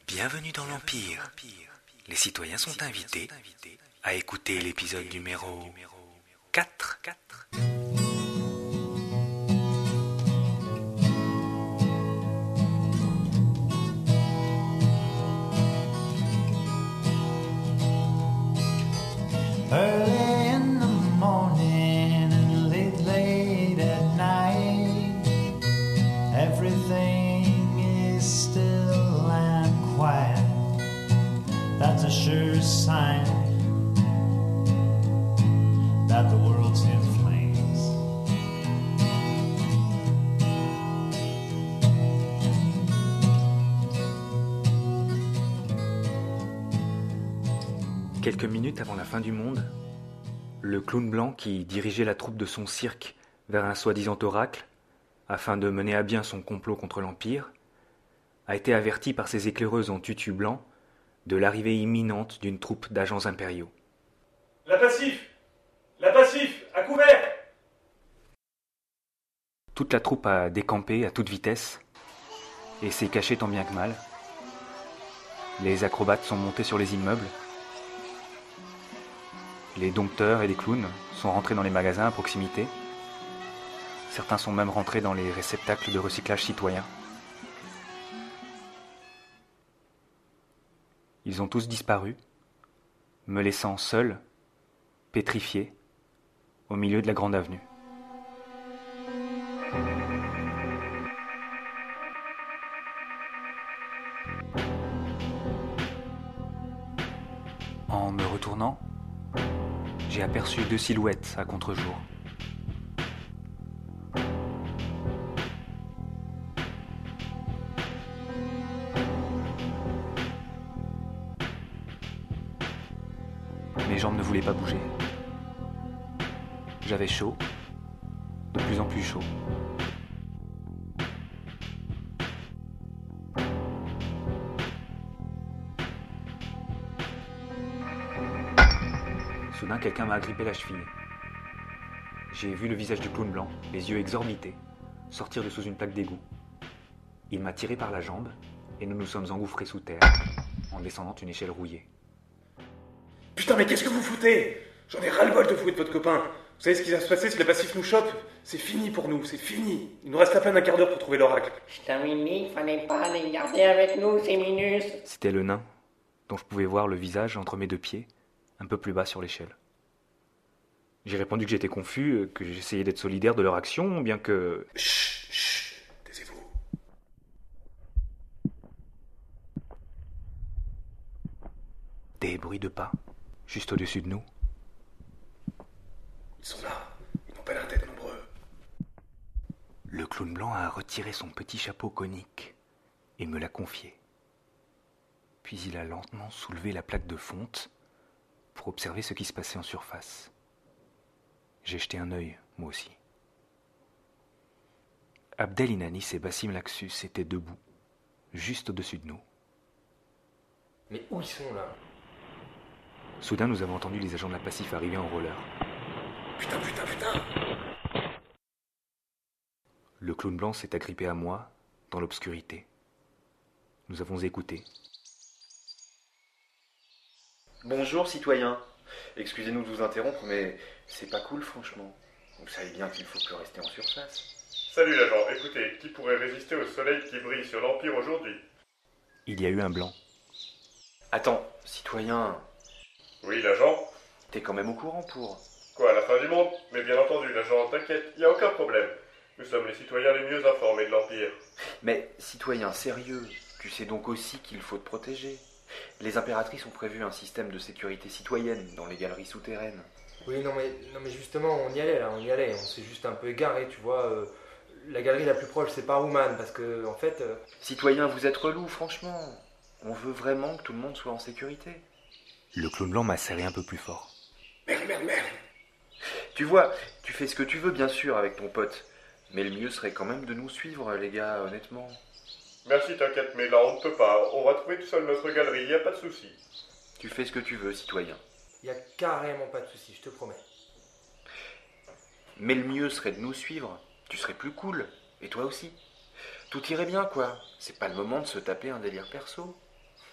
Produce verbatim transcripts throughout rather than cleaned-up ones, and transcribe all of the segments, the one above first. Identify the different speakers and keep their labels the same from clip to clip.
Speaker 1: Bienvenue dans l'Empire. Les citoyens sont invités à écouter l'épisode numéro quatre.
Speaker 2: Early in the morning and late, late at night, everything is still and quiet. That's a sure sign that the world's in flames.
Speaker 1: Quelques minutes avant la fin du monde, le clown blanc qui dirigeait la troupe de son cirque vers un soi-disant oracle, afin de mener à bien son complot contre l'Empire, a été averti par ses éclaireuses en tutu blanc de l'arrivée imminente d'une troupe d'agents impériaux.
Speaker 3: La Passif La Passif À couvert
Speaker 1: Toute la troupe a décampé à toute vitesse et s'est cachée tant bien que mal. Les acrobates sont montés sur les immeubles. Les dompteurs et les clowns sont rentrés dans les magasins à proximité. Certains sont même rentrés dans les réceptacles de recyclage citoyen. Ils ont tous disparu, me laissant seul, pétrifié, au milieu de la grande avenue. En me retournant, j'ai aperçu deux silhouettes à contre-jour. Mes jambes ne voulaient pas bouger. J'avais chaud, de plus en plus chaud. Soudain, quelqu'un m'a agrippé la cheville. J'ai vu le visage du clown blanc, les yeux exorbités, sortir de sous une plaque d'égout. Il m'a tiré par la jambe et nous nous sommes engouffrés sous terre, en descendant une échelle rouillée.
Speaker 3: Putain, mais qu'est-ce que vous foutez? J'en ai ras-le-bol de foutre votre copain. Vous savez ce qui va se passer si la Passif nous chope? C'est fini pour nous, c'est fini. Il nous reste à peine un quart d'heure pour trouver l'oracle.
Speaker 4: Je t'avais dit qu'il fallait pas les garder avec nous, ces minus.
Speaker 1: C'était le nain, dont je pouvais voir le visage entre mes deux pieds, un peu plus bas sur l'échelle. J'ai répondu que j'étais confus, que j'essayais d'être solidaire de leur action, bien que...
Speaker 3: Chut, chut, taisez-vous.
Speaker 1: Des bruits de pas, juste au-dessus de nous.
Speaker 3: Ils sont là, ils n'ont pas l'air d'être nombreux.
Speaker 1: Le clown blanc a retiré son petit chapeau conique et me l'a confié. Puis il a lentement soulevé la plaque de fonte pour observer ce qui se passait en surface. J'ai jeté un œil, moi aussi. Abdel Inanis et Bassim Laxus étaient debout, juste au-dessus de nous.
Speaker 5: Mais où ils sont là?
Speaker 1: Soudain, nous avons entendu les agents de la Passif arriver en roller.
Speaker 3: Putain, putain, putain.
Speaker 1: Le clown blanc s'est agrippé à moi, dans l'obscurité. Nous avons écouté.
Speaker 6: Bonjour citoyens. Excusez-nous de vous interrompre, mais c'est pas cool franchement. Vous savez bien qu'il ne faut plus rester en surface.
Speaker 3: Salut l'agent, écoutez, qui pourrait résister au soleil qui brille sur l'Empire aujourd'hui?
Speaker 1: Il y a eu un blanc.
Speaker 6: Attends, citoyen,
Speaker 3: Oui, l'agent?
Speaker 6: t'es quand même au courant pour...
Speaker 3: Quoi, la fin du monde? Mais bien entendu, l'agent, t'inquiète, il n'y a aucun problème. Nous sommes les citoyens les mieux informés de l'Empire.
Speaker 6: Mais citoyen sérieux, tu sais donc aussi qu'il faut te protéger. Les impératrices ont prévu un système de sécurité citoyenne dans les galeries souterraines.
Speaker 5: Oui, non mais, non mais justement, on y allait là, on y allait. On s'est juste un peu égaré, tu vois. euh, la galerie la plus proche, c'est pas Rouman, parce que, en fait... euh,
Speaker 6: Citoyen, vous êtes relou, franchement. On veut vraiment que tout le monde soit en sécurité.
Speaker 1: Le clown blanc m'a serré un peu plus fort.
Speaker 3: Merde, merde, merde.
Speaker 6: Tu vois, tu fais ce que tu veux bien sûr avec ton pote. Mais le mieux serait quand même de nous suivre, les gars, honnêtement.
Speaker 3: Merci, t'inquiète, mais là on ne peut pas. On va trouver tout seul notre galerie, il n'y a pas de souci.
Speaker 6: Tu fais ce que tu veux, citoyen.
Speaker 5: y a carrément pas de souci, je te promets.
Speaker 6: Mais le mieux serait de nous suivre. Tu serais plus cool. Et toi aussi. Tout irait bien, quoi. C'est pas le moment de se taper un délire perso.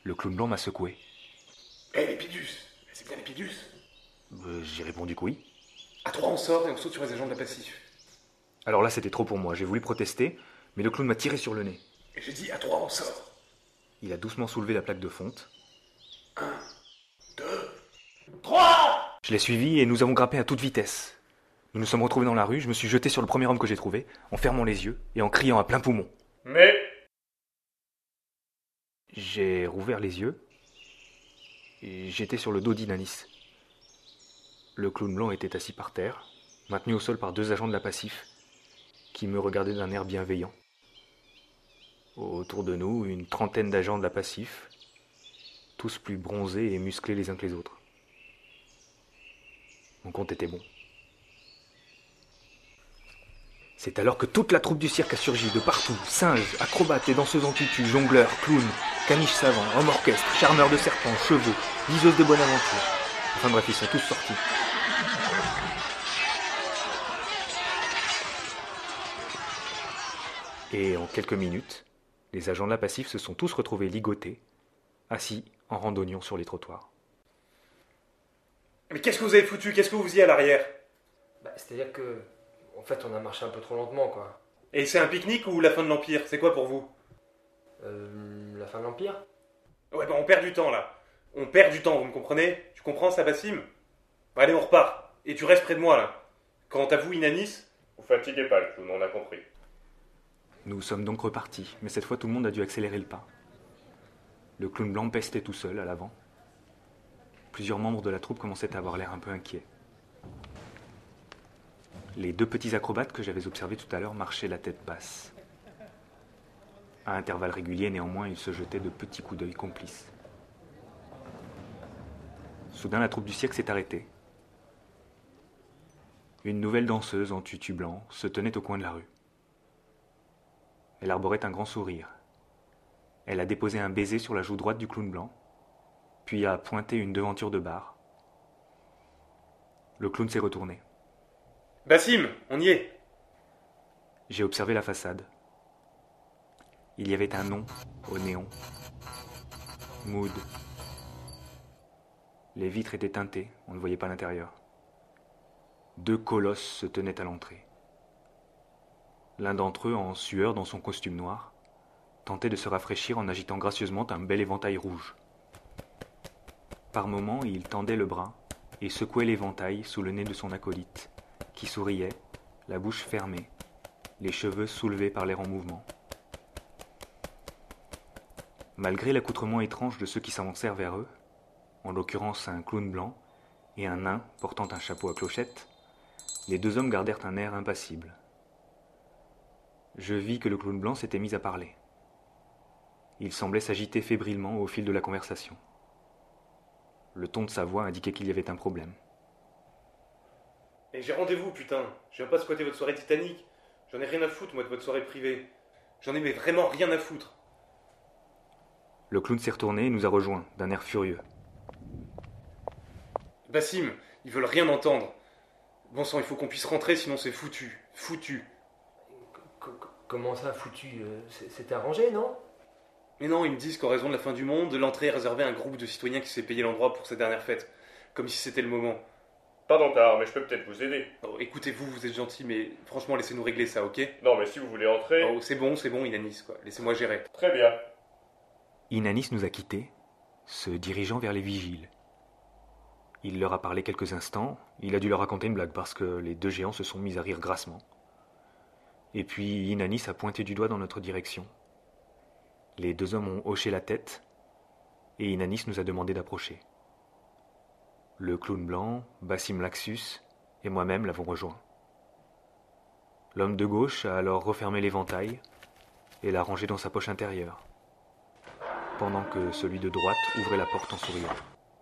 Speaker 1: Le clown blanc m'a secoué.
Speaker 3: Hé, Lépidus! C'est bien Lépidus!
Speaker 1: Euh, J'ai répondu que oui.
Speaker 3: À trois, on sort et on saute sur les agents de la Passif.
Speaker 1: Alors là, c'était trop pour moi. J'ai voulu protester, mais le clown m'a tiré sur le nez.
Speaker 3: Et j'ai dit, à trois, on sort.
Speaker 1: Il a doucement soulevé la plaque de fonte.
Speaker 3: Un, deux, trois!
Speaker 1: Je l'ai suivi et nous avons grimpé à toute vitesse. Nous nous sommes retrouvés dans la rue, je me suis jeté sur le premier homme que j'ai trouvé, en fermant les yeux et en criant à plein poumon.
Speaker 3: Mais...
Speaker 1: J'ai rouvert les yeux et j'étais sur le dos d'Inanis. Le clown blanc était assis par terre, maintenu au sol par deux agents de la Passif, qui me regardaient d'un air bienveillant. Autour de nous, une trentaine d'agents de la Passif, tous plus bronzés et musclés les uns que les autres. Mon compte était bon. C'est alors que toute la troupe du cirque a surgi de partout. Singes, acrobates et danseuses en tutu, jongleurs, clowns, caniches savants, hommes orchestre, charmeurs de serpents, chevaux, liseuses de bonne aventure. Enfin bref, ils sont tous sortis. Et en quelques minutes, les agents de la Passif se sont tous retrouvés ligotés, assis en randonnion sur les trottoirs.
Speaker 3: Mais qu'est-ce que vous avez foutu? Qu'est-ce que vous faisiez à l'arrière?
Speaker 5: Bah, c'est-à-dire que, en fait, on a marché un peu trop lentement, quoi.
Speaker 3: Et c'est un pique-nique ou la fin de l'Empire? C'est quoi pour vous?
Speaker 5: Euh, la fin de l'Empire?
Speaker 3: Ouais, bah on perd du temps, là. On perd du temps, vous me comprenez? Tu comprends ça, Bassim? Bah, allez, on repart. Et tu restes près de moi, là. Quant à vous, Inanis...
Speaker 7: Vous fatiguez pas, le clown, on a compris.
Speaker 1: Nous sommes donc repartis, mais cette fois tout le monde a dû accélérer le pas. Le clown blanc pestait tout seul à l'avant. Plusieurs membres de la troupe commençaient à avoir l'air un peu inquiets. Les deux petits acrobates que j'avais observés tout à l'heure marchaient la tête basse. À intervalles réguliers, néanmoins, ils se jetaient de petits coups d'œil complices. Soudain, la troupe du cirque s'est arrêtée. Une nouvelle danseuse en tutu blanc se tenait au coin de la rue. Elle arborait un grand sourire. Elle a déposé un baiser sur la joue droite du clown blanc, puis a pointé une devanture de bar. Le clown s'est retourné.
Speaker 3: Bassim, on y est.
Speaker 1: J'ai observé la façade. Il y avait un nom au néon. Mood. Les vitres étaient teintées, on ne voyait pas l'intérieur. Deux colosses se tenaient à l'entrée. L'un d'entre eux, en sueur dans son costume noir, tentait de se rafraîchir en agitant gracieusement un bel éventail rouge. Par moments, il tendait le bras et secouait l'éventail sous le nez de son acolyte, qui souriait, la bouche fermée, les cheveux soulevés par l'air en mouvement. Malgré l'accoutrement étrange de ceux qui s'avancèrent vers eux, en l'occurrence un clown blanc et un nain portant un chapeau à clochette, les deux hommes gardèrent un air impassible. Je vis que le clown blanc s'était mis à parler. Il semblait s'agiter fébrilement au fil de la conversation. Le ton de sa voix indiquait qu'il y avait un problème.
Speaker 3: Et j'ai rendez-vous, putain. Je viens pas squatter votre soirée Titanic. J'en ai rien à foutre, moi, de votre soirée privée. J'en ai mais vraiment rien à foutre.
Speaker 1: Le clown s'est retourné et nous a rejoints, d'un air furieux.
Speaker 3: Bassim, ils veulent rien entendre. Bon sang, il faut qu'on puisse rentrer, sinon c'est foutu. Foutu.
Speaker 5: Comment ça, foutu? C'était arrangé, non?
Speaker 3: Mais non, ils me disent qu'en raison de la fin du monde, l'entrée est réservée à un groupe de citoyens qui s'est payé l'endroit pour sa dernière fête. Comme si c'était le moment.
Speaker 7: Pardon, tard, mais je peux peut-être vous aider.
Speaker 3: Oh, écoutez-vous, vous êtes gentil, mais franchement, laissez-nous régler ça, ok?
Speaker 7: Non, mais si vous voulez entrer...
Speaker 3: Oh, c'est bon, c'est bon, Inanis, quoi. Laissez-moi gérer.
Speaker 7: Très bien.
Speaker 1: Inanis nous a quittés, se dirigeant vers les vigiles. Il leur a parlé quelques instants, il a dû leur raconter une blague parce que les deux géants se sont mis à rire grassement. Et puis Inanis a pointé du doigt dans notre direction. Les deux hommes ont hoché la tête et Inanis nous a demandé d'approcher. Le clown blanc, Bassim Laxus et moi-même l'avons rejoint. L'homme de gauche a alors refermé l'éventail et l'a rangé dans sa poche intérieure, pendant que celui de droite ouvrait la porte en souriant.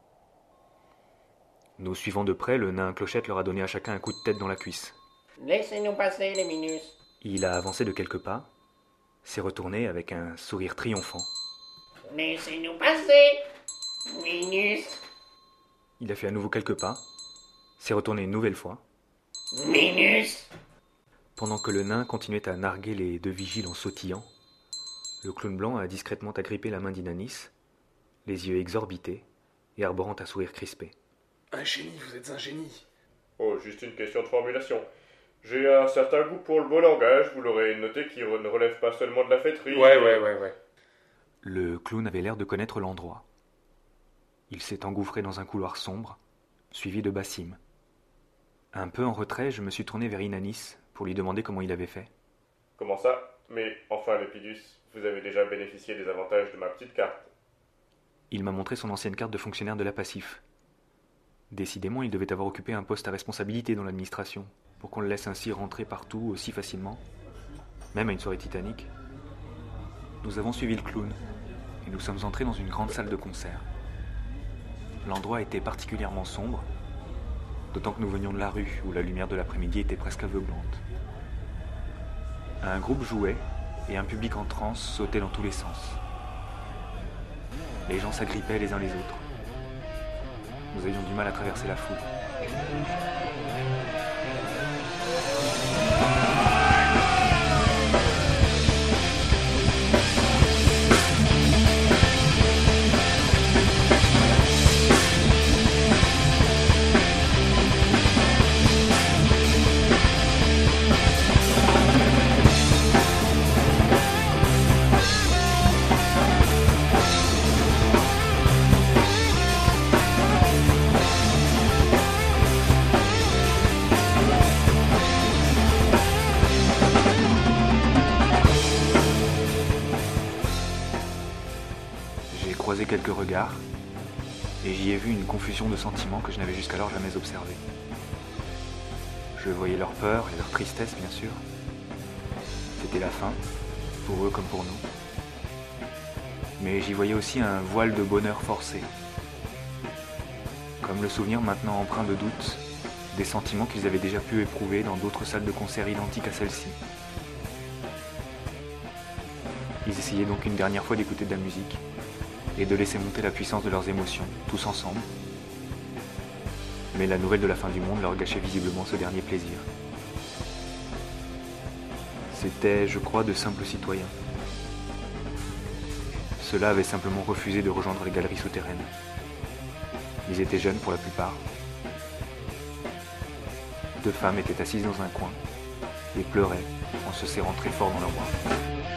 Speaker 1: Nous suivant de près, le nain clochette leur a donné à chacun un coup de tête dans la cuisse.
Speaker 4: Laissez-nous passer, les minus.
Speaker 1: Il a avancé de quelques pas, s'est retourné avec un sourire triomphant.
Speaker 4: Laissez-nous passer, minus.
Speaker 1: Il a fait à nouveau quelques pas, s'est retourné une nouvelle fois.
Speaker 4: Minus.
Speaker 1: Pendant que le nain continuait à narguer les deux vigiles en sautillant, le clown blanc a discrètement agrippé la main d'Inanis, les yeux exorbités et arborant un sourire crispé.
Speaker 3: Un génie, vous êtes un génie.
Speaker 7: Oh, juste une question de formulation. J'ai un certain goût pour le beau langage, vous l'aurez noté, qui ne relève pas seulement de la fêterie.
Speaker 3: Ouais, ouais, ouais, ouais.
Speaker 1: Le clown avait l'air de connaître l'endroit. Il s'est engouffré dans un couloir sombre, suivi de Bassim. Un peu en retrait, je me suis tourné vers Inanis pour lui demander comment il avait fait.
Speaker 7: Comment ça? Mais enfin, Lépidus, vous avez déjà bénéficié des avantages de ma petite carte.
Speaker 1: Il m'a montré son ancienne carte de fonctionnaire de la Passif. Décidément, il devait avoir occupé un poste à responsabilité dans l'administration, pour qu'on le laisse ainsi rentrer partout aussi facilement, même à une soirée Titanic. Nous avons suivi le clown, et nous sommes entrés dans une grande salle de concert. L'endroit était particulièrement sombre, d'autant que nous venions de la rue, où la lumière de l'après-midi était presque aveuglante. Un groupe jouait, et un public en transe sautait dans tous les sens. Les gens s'agrippaient les uns les autres. Nous avions du mal à traverser la foule. Croisé quelques regards, et j'y ai vu une confusion de sentiments que je n'avais jusqu'alors jamais observée. Je voyais leur peur et leur tristesse, bien sûr. C'était la fin, pour eux comme pour nous. Mais j'y voyais aussi un voile de bonheur forcé. Comme le souvenir maintenant empreint de doute des sentiments qu'ils avaient déjà pu éprouver dans d'autres salles de concert identiques à celle-ci. Ils essayaient donc une dernière fois d'écouter de la musique, et de laisser monter la puissance de leurs émotions, tous ensemble. Mais la nouvelle de la fin du monde leur gâchait visiblement ce dernier plaisir. C'étaient, je crois, de simples citoyens. Ceux-là avaient simplement refusé de rejoindre les galeries souterraines. Ils étaient jeunes pour la plupart. Deux femmes étaient assises dans un coin et pleuraient en se serrant très fort dans leurs bras.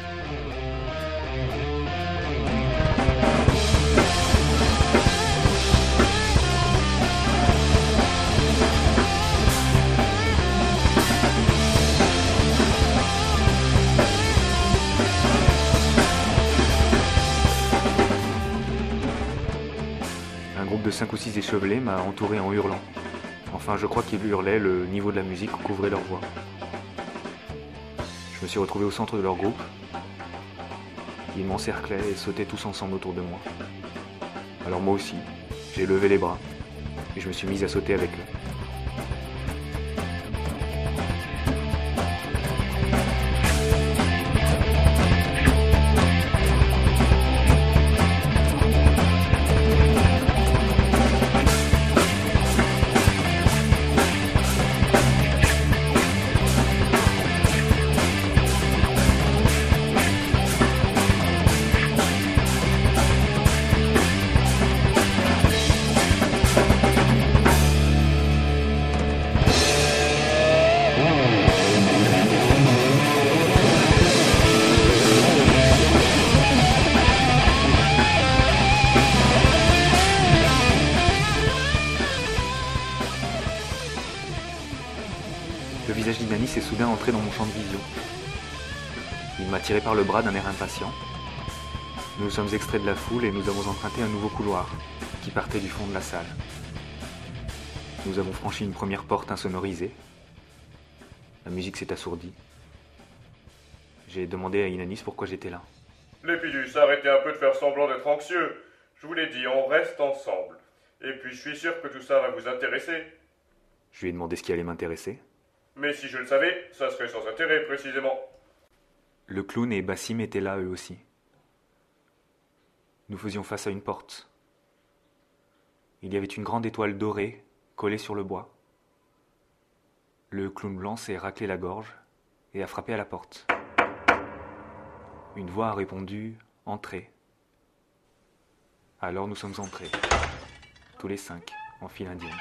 Speaker 1: De cinq ou six échevelés m'a entouré en hurlant. Enfin, je crois qu'ils hurlaient, le niveau de la musique couvrait leur voix. Je me suis retrouvé au centre de leur groupe. Ils m'encerclaient et sautaient tous ensemble autour de moi. Alors moi aussi, j'ai levé les bras et je me suis mis à sauter avec eux. Le visage d'Inanis est soudain entré dans mon champ de vision. Il m'a tiré par le bras d'un air impatient. Nous nous sommes extraits de la foule et nous avons emprunté un nouveau couloir qui partait du fond de la salle. Nous avons franchi une première porte insonorisée. La musique s'est assourdie. J'ai demandé à Inanis pourquoi j'étais là.
Speaker 7: Lépidus, arrêtez un peu de faire semblant d'être anxieux. Je vous l'ai dit, on reste ensemble. Et puis je suis sûr que tout ça va vous intéresser.
Speaker 1: Je lui ai demandé ce qui allait m'intéresser.
Speaker 7: Mais si je le savais, ça serait sans intérêt, précisément.
Speaker 1: Le clown et Bassim étaient là, eux aussi. Nous faisions face à une porte. Il y avait une grande étoile dorée collée sur le bois. Le clown blanc s'est raclé la gorge et a frappé à la porte. Une voix a répondu « Entrez ». Alors nous sommes entrés, tous les cinq, en file indienne.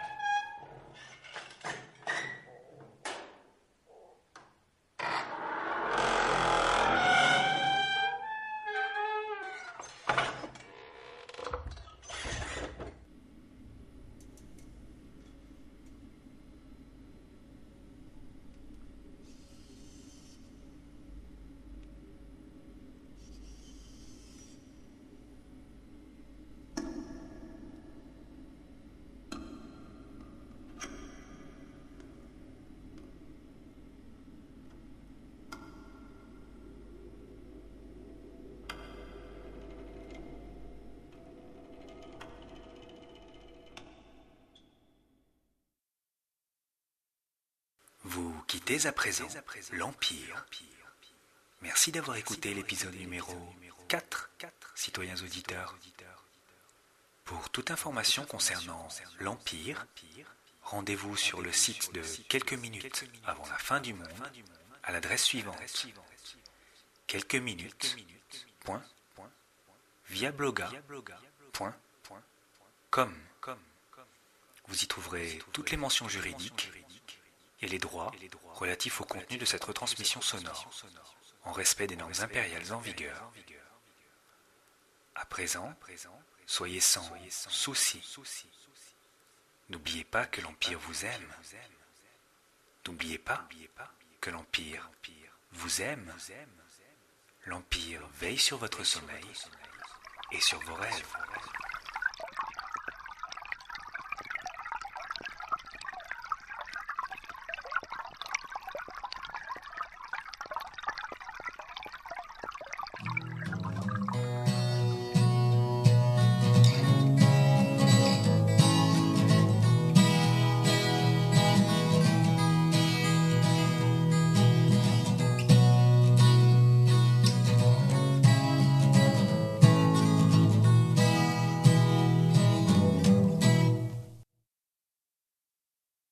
Speaker 8: Vous quittez à présent l'Empire. Merci d'avoir écouté l'épisode numéro quatre, citoyens auditeurs. Pour toute information concernant l'Empire, rendez-vous sur le site de Quelques minutes avant la fin du monde à l'adresse suivante quelques minutes point viabloga point com. Vous y trouverez toutes les mentions juridiques et les droits relatifs au contenu de cette retransmission sonore, en respect des normes impériales en vigueur. À présent, soyez sans souci. N'oubliez pas que l'Empire vous aime. N'oubliez pas que l'Empire vous aime. L'Empire veille sur votre sommeil et sur vos rêves.